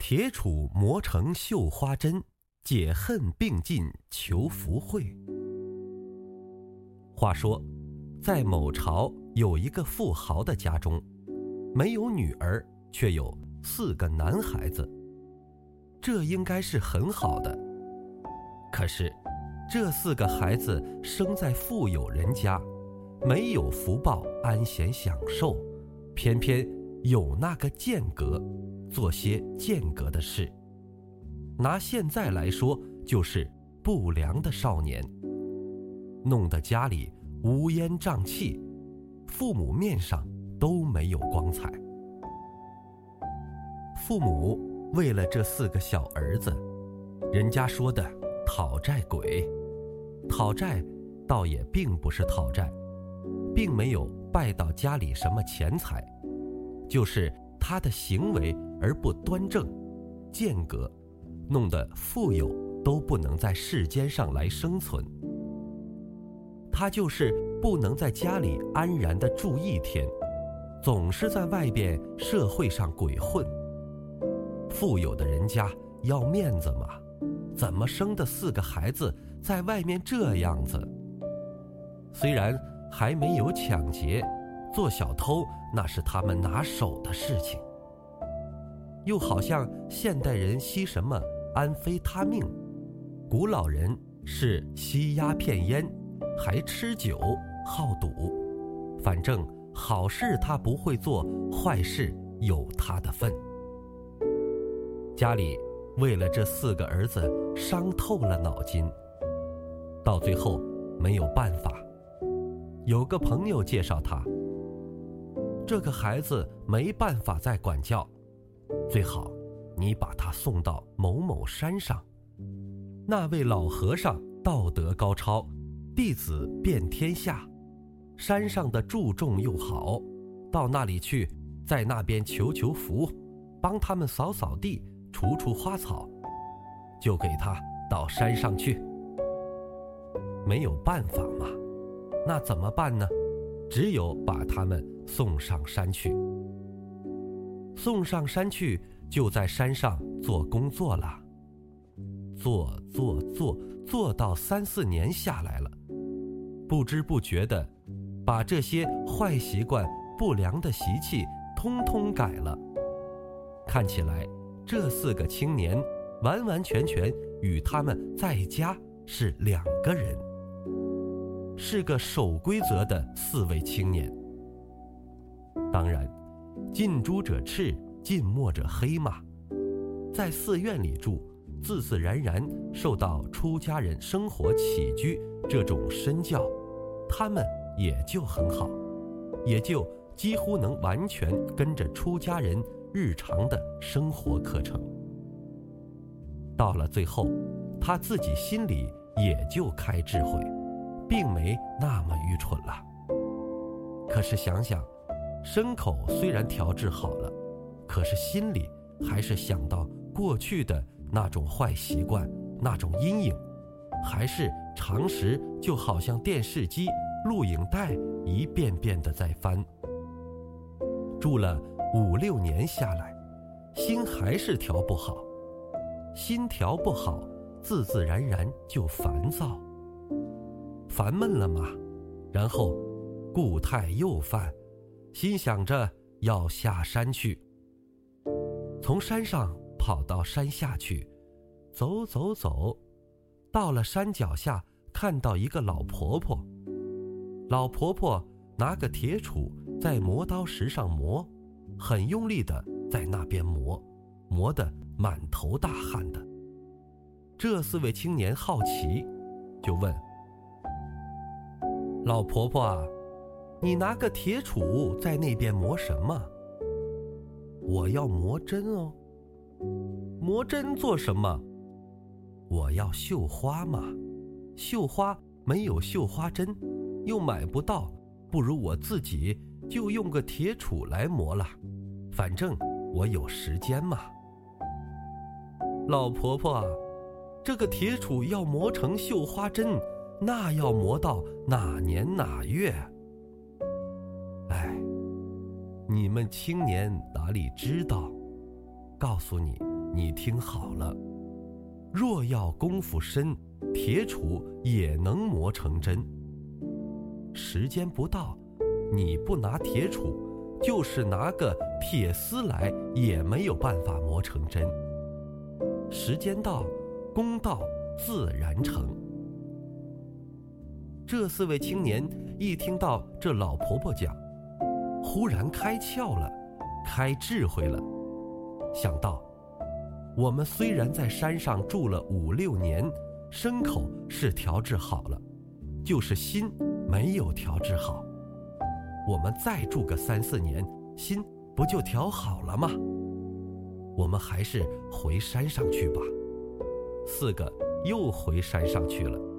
铁杵磨成绣花针，解恨并进求福慧。话说，在某朝有一个富豪的家中，没有女儿，却有4个男孩子，这应该是很好的。可是这4个孩子生在富有人家，没有福报安闲享受，偏偏有那个间隔，做些间隔的事。拿现在来说，就是不良的少年，弄得家里乌烟瘴气，父母面上都没有光彩。父母为了这4个小儿子，人家说的讨债鬼，讨债倒也并不是讨债，并没有败到家里什么钱财，就是他的行为而不端正，间隔，弄得富有都不能在世间上来生存。他就是不能在家里安然地住一天，总是在外边社会上鬼混。富有的人家要面子嘛，怎么生的4个孩子在外面这样子？虽然还没有抢劫，做小偷那是他们拿手的事情。又好像现代人吸什么安非他命，古老人是吸鸦片烟，还吃酒好赌，反正好事他不会做，坏事有他的份。家里为了这4个儿子伤透了脑筋，到最后没有办法，有个朋友介绍他，这个孩子没办法再管教，最好你把他送到某某山上，那位老和尚道德高超，弟子遍天下，山上的注重又好，到那里去，在那边求求福，帮他们扫扫地，除除花草，就给他到山上去。没有办法嘛，那怎么办呢？只有把他们送上山去。送上山去，就在山上做工作了，做到3、4年下来了，不知不觉的把这些坏习惯、不良的习气通通改了。看起来这4个青年完完全全与他们在家是2个人，是个守规则的4位青年。当然近朱者赤，近墨者黑嘛，在寺院里住，自自然然受到出家人生活起居这种身教，他们也就很好，也就几乎能完全跟着出家人日常的生活课程。到了最后，他自己心里也就开智慧，并没那么愚蠢了。可是想想，牲口虽然调制好了，可是心里还是想到过去的那种坏习惯，那种阴影，还是常时就好像电视机、录影带一遍遍的在翻。住了5、6年下来，心还是调不好，心调不好，自自然然就烦躁，烦闷了嘛，然后故态又犯，心想着要下山去，从山上跑到山下去，走，到了山脚下，看到一个老婆婆，老婆婆拿个铁杵在磨刀石上磨，很用力的在那边磨得满头大汗的。这4位青年好奇，就问：老婆婆啊，你拿个铁杵在那边磨什么？我要磨针哦。磨针做什么？我要绣花嘛，绣花没有绣花针，又买不到，不如我自己就用个铁杵来磨了，反正我有时间嘛。老婆婆啊，这个铁杵要磨成绣花针，那要磨到哪年哪月？哎，你们青年哪里知道？告诉你， 你听好了，若要功夫深，铁杵也能磨成针。时间不到，你不拿铁杵，就是拿个铁丝来，也没有办法磨成针。时间到，功到自然成。这4位青年一听到这老婆婆讲，忽然开窍了，开智慧了，想到我们虽然在山上住了5、6年，牲口是调制好了，就是心没有调制好。我们再住个3、4年，心不就调好了吗？我们还是回山上去吧。4个又回山上去了。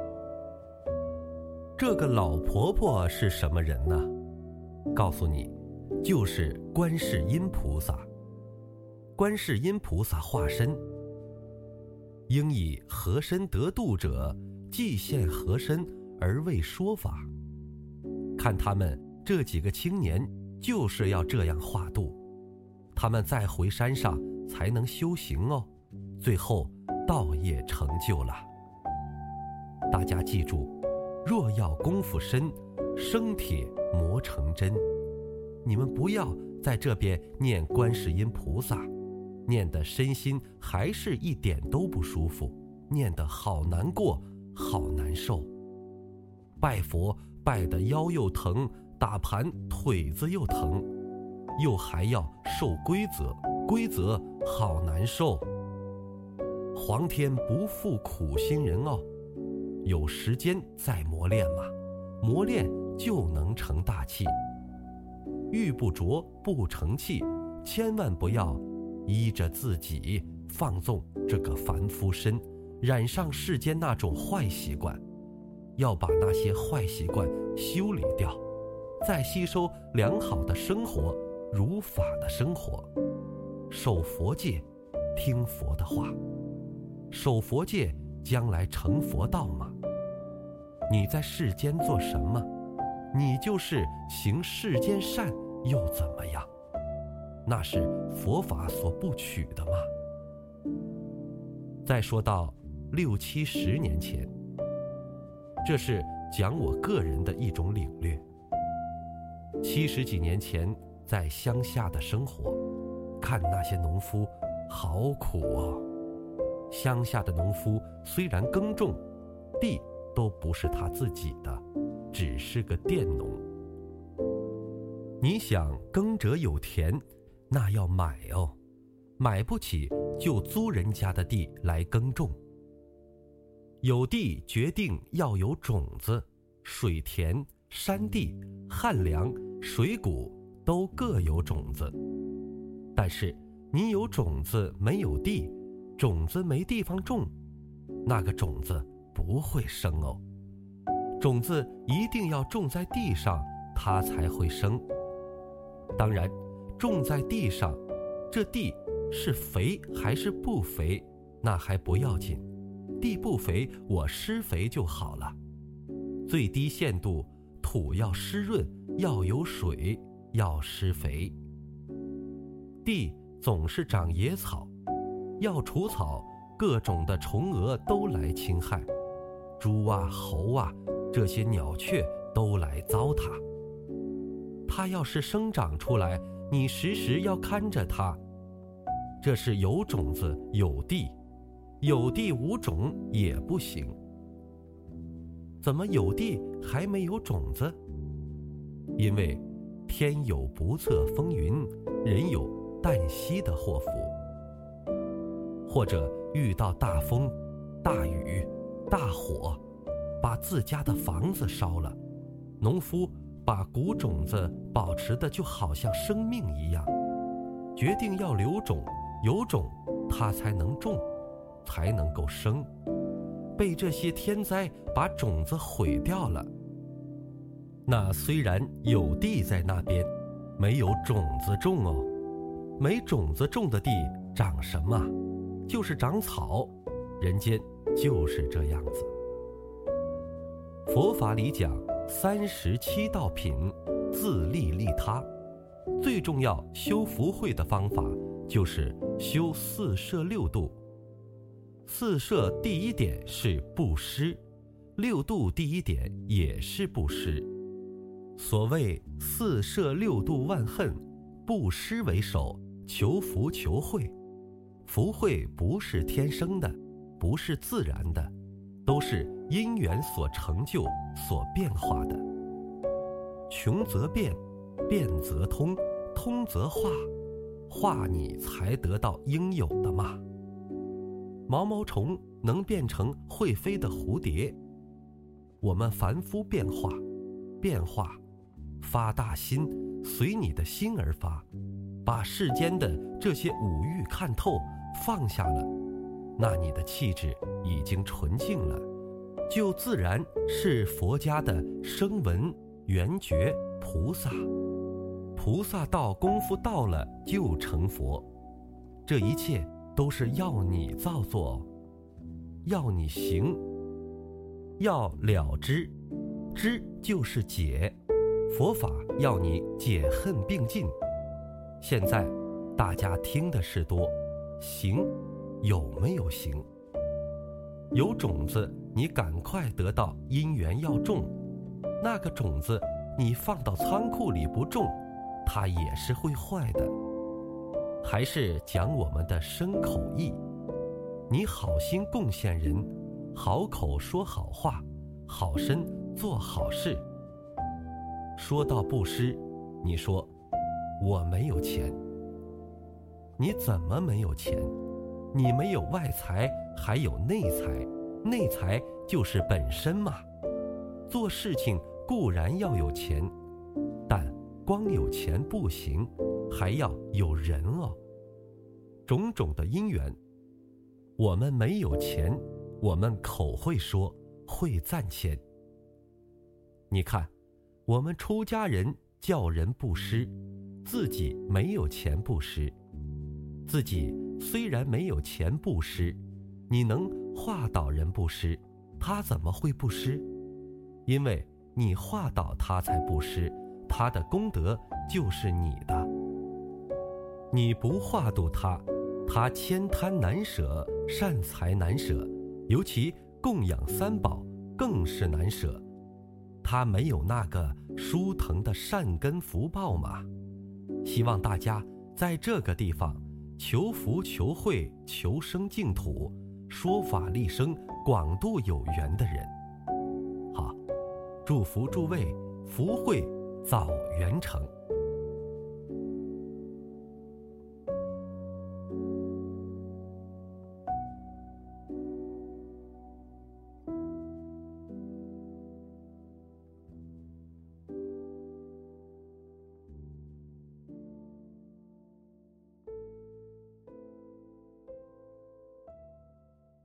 这个老婆婆是什么人呢？告诉你，就是观世音菩萨。观世音菩萨化身，应以何身得度者，即现何身而为说法。看他们这几个青年就是要这样化度，他们再回山上才能修行哦，最后道业成就了。大家记住，若要功夫深，生铁磨成针。你们不要在这边念观世音菩萨，念得身心还是一点都不舒服，念得好难过，好难受。拜佛拜得腰又疼，打盘腿子又疼，又还要受规则，规则好难受。皇天不负苦心人哦，有时间再磨练嘛，磨练就能成大器。玉不琢不成器，千万不要依着自己放纵这个凡夫身，染上世间那种坏习惯，要把那些坏习惯修理掉，再吸收良好的生活，如法的生活，守佛戒，听佛的话，守佛戒将来成佛道嘛。你在世间做什么，你就是行世间善又怎么样？那是佛法所不取的嘛。再说到60、70年前，这是讲我个人的一种领略。70几年前在乡下的生活，看那些农夫好苦哦。乡下的农夫虽然耕种，地都不是他自己的，只是个佃农。你想耕者有田，那要买哦，买不起就租人家的地来耕种。有地决定要有种子，水田、山地、旱粮、水谷都各有种子。但是你有种子没有地，种子没地方种，那个种子不会生哦。种子一定要种在地上，它才会生。当然，种在地上，这地是肥还是不肥，那还不要紧，地不肥，我施肥就好了。最低限度，土要湿润，要有水，要施肥。地总是长野草，要除草，各种的虫蛾都来侵害，猪啊、猴啊，这些鸟雀都来糟蹋。它要是生长出来，你时时要看着它。这是有种子有地，有地无种也不行。怎么有地还没有种子？因为天有不测风云，人有旦夕的祸福。或者遇到大风、大雨、大火，把自家的房子烧了，农夫把谷种子保持的就好像生命一样，决定要留种，有种它才能种，才能够生。被这些天灾把种子毁掉了，那虽然有地在那边，没有种子种哦。没种子种的地长什么？就是长草。人间就是这样子。佛法里讲37道品，自利利他。最重要修福慧的方法就是修四摄六度。四摄第一点是布施，六度第一点也是布施。所谓四摄六度万恨，布施为首，求福求慧。福慧不是天生的，不是自然的，都是因缘所成就所变化的。穷则变，变则通，通则化，化你才得到应有的嘛。毛毛虫能变成会飞的蝴蝶，我们凡夫变化，变化发大心，随你的心而发，把世间的这些五欲看透，放下了，那你的气质已经纯净了，就自然是佛家的声闻缘觉菩萨。菩萨道功夫到了就成佛，这一切都是要你造作，要你行，要了知，知就是解，佛法要你解恨并进。现在大家听的是多，行有没有行？有种子你赶快得到因缘要种，那个种子你放到仓库里不种，它也是会坏的。还是讲我们的身口意，你好心贡献人，好口说好话，好身做好事。说到布施，你说我没有钱，你怎么没有钱？你没有外财，还有内财，内财就是本身嘛。做事情固然要有钱，但光有钱不行，还要有人哦。种种的因缘，我们没有钱，我们口会说，会赞钱。你看，我们出家人叫人布施，自己没有钱布施。自己虽然没有钱布施，你能化导人布施，他怎么会布施？因为你化导他才布施，他的功德就是你的。你不化度他，他悭贪难舍，善财难舍，尤其供养三宝更是难舍。他没有那个舒腾的善根福报嘛。希望大家在这个地方求福求慧，求生净土，说法利生，广度有缘的人。好，祝福诸位福慧早圆成。